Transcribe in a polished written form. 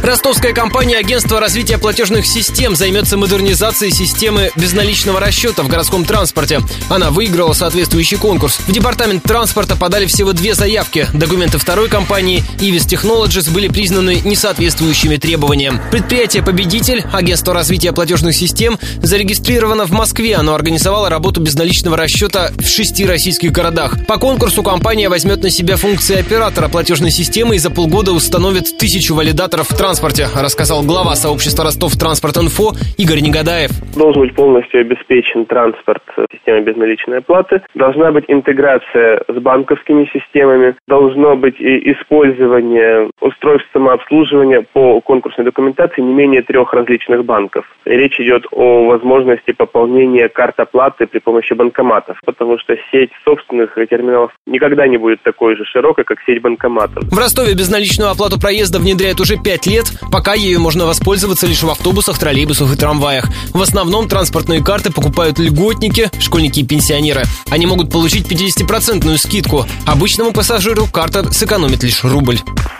Ростовская компания «Агентство развития платежных систем» займется модернизацией системы безналичного расчета в городском транспорте. Она выиграла соответствующий конкурс. В департамент транспорта подали всего 2 заявки. Документы второй компании Ivis Technologies были признаны несоответствующими требованиям. Предприятие-победитель, агентство развития платежных систем, зарегистрировано в Москве. Оно организовало работу безналичного расчета в 6 российских городах. По конкурсу компания возьмет на себя функции оператора платежной системы и за полгода установит 1000 валидаторов в транспорте, рассказал глава сообщества Ростов Транспорт-Инфо Игорь Негадаев. Должен быть полностью обеспечен транспорт системой безналичной оплаты. Должна быть интеграция с банковскими системами. Должно быть и использование устройств самообслуживания по конкурсной документации не менее 3 различных банков. И речь идет о возможности пополнения карт оплаты при помощи банкоматов, потому что сеть собственных терминалов никогда не будет такой же широкой, как сеть банкоматов. В Ростове безналичную оплату проезда внедряют уже 5 лет, пока ею можно воспользоваться лишь в автобусах, троллейбусах и трамваях. В основном транспортные карты покупают льготники, школьники и пенсионеры. Они могут получить 50% скидку. Обычному пассажиру карта сэкономит лишь рубль.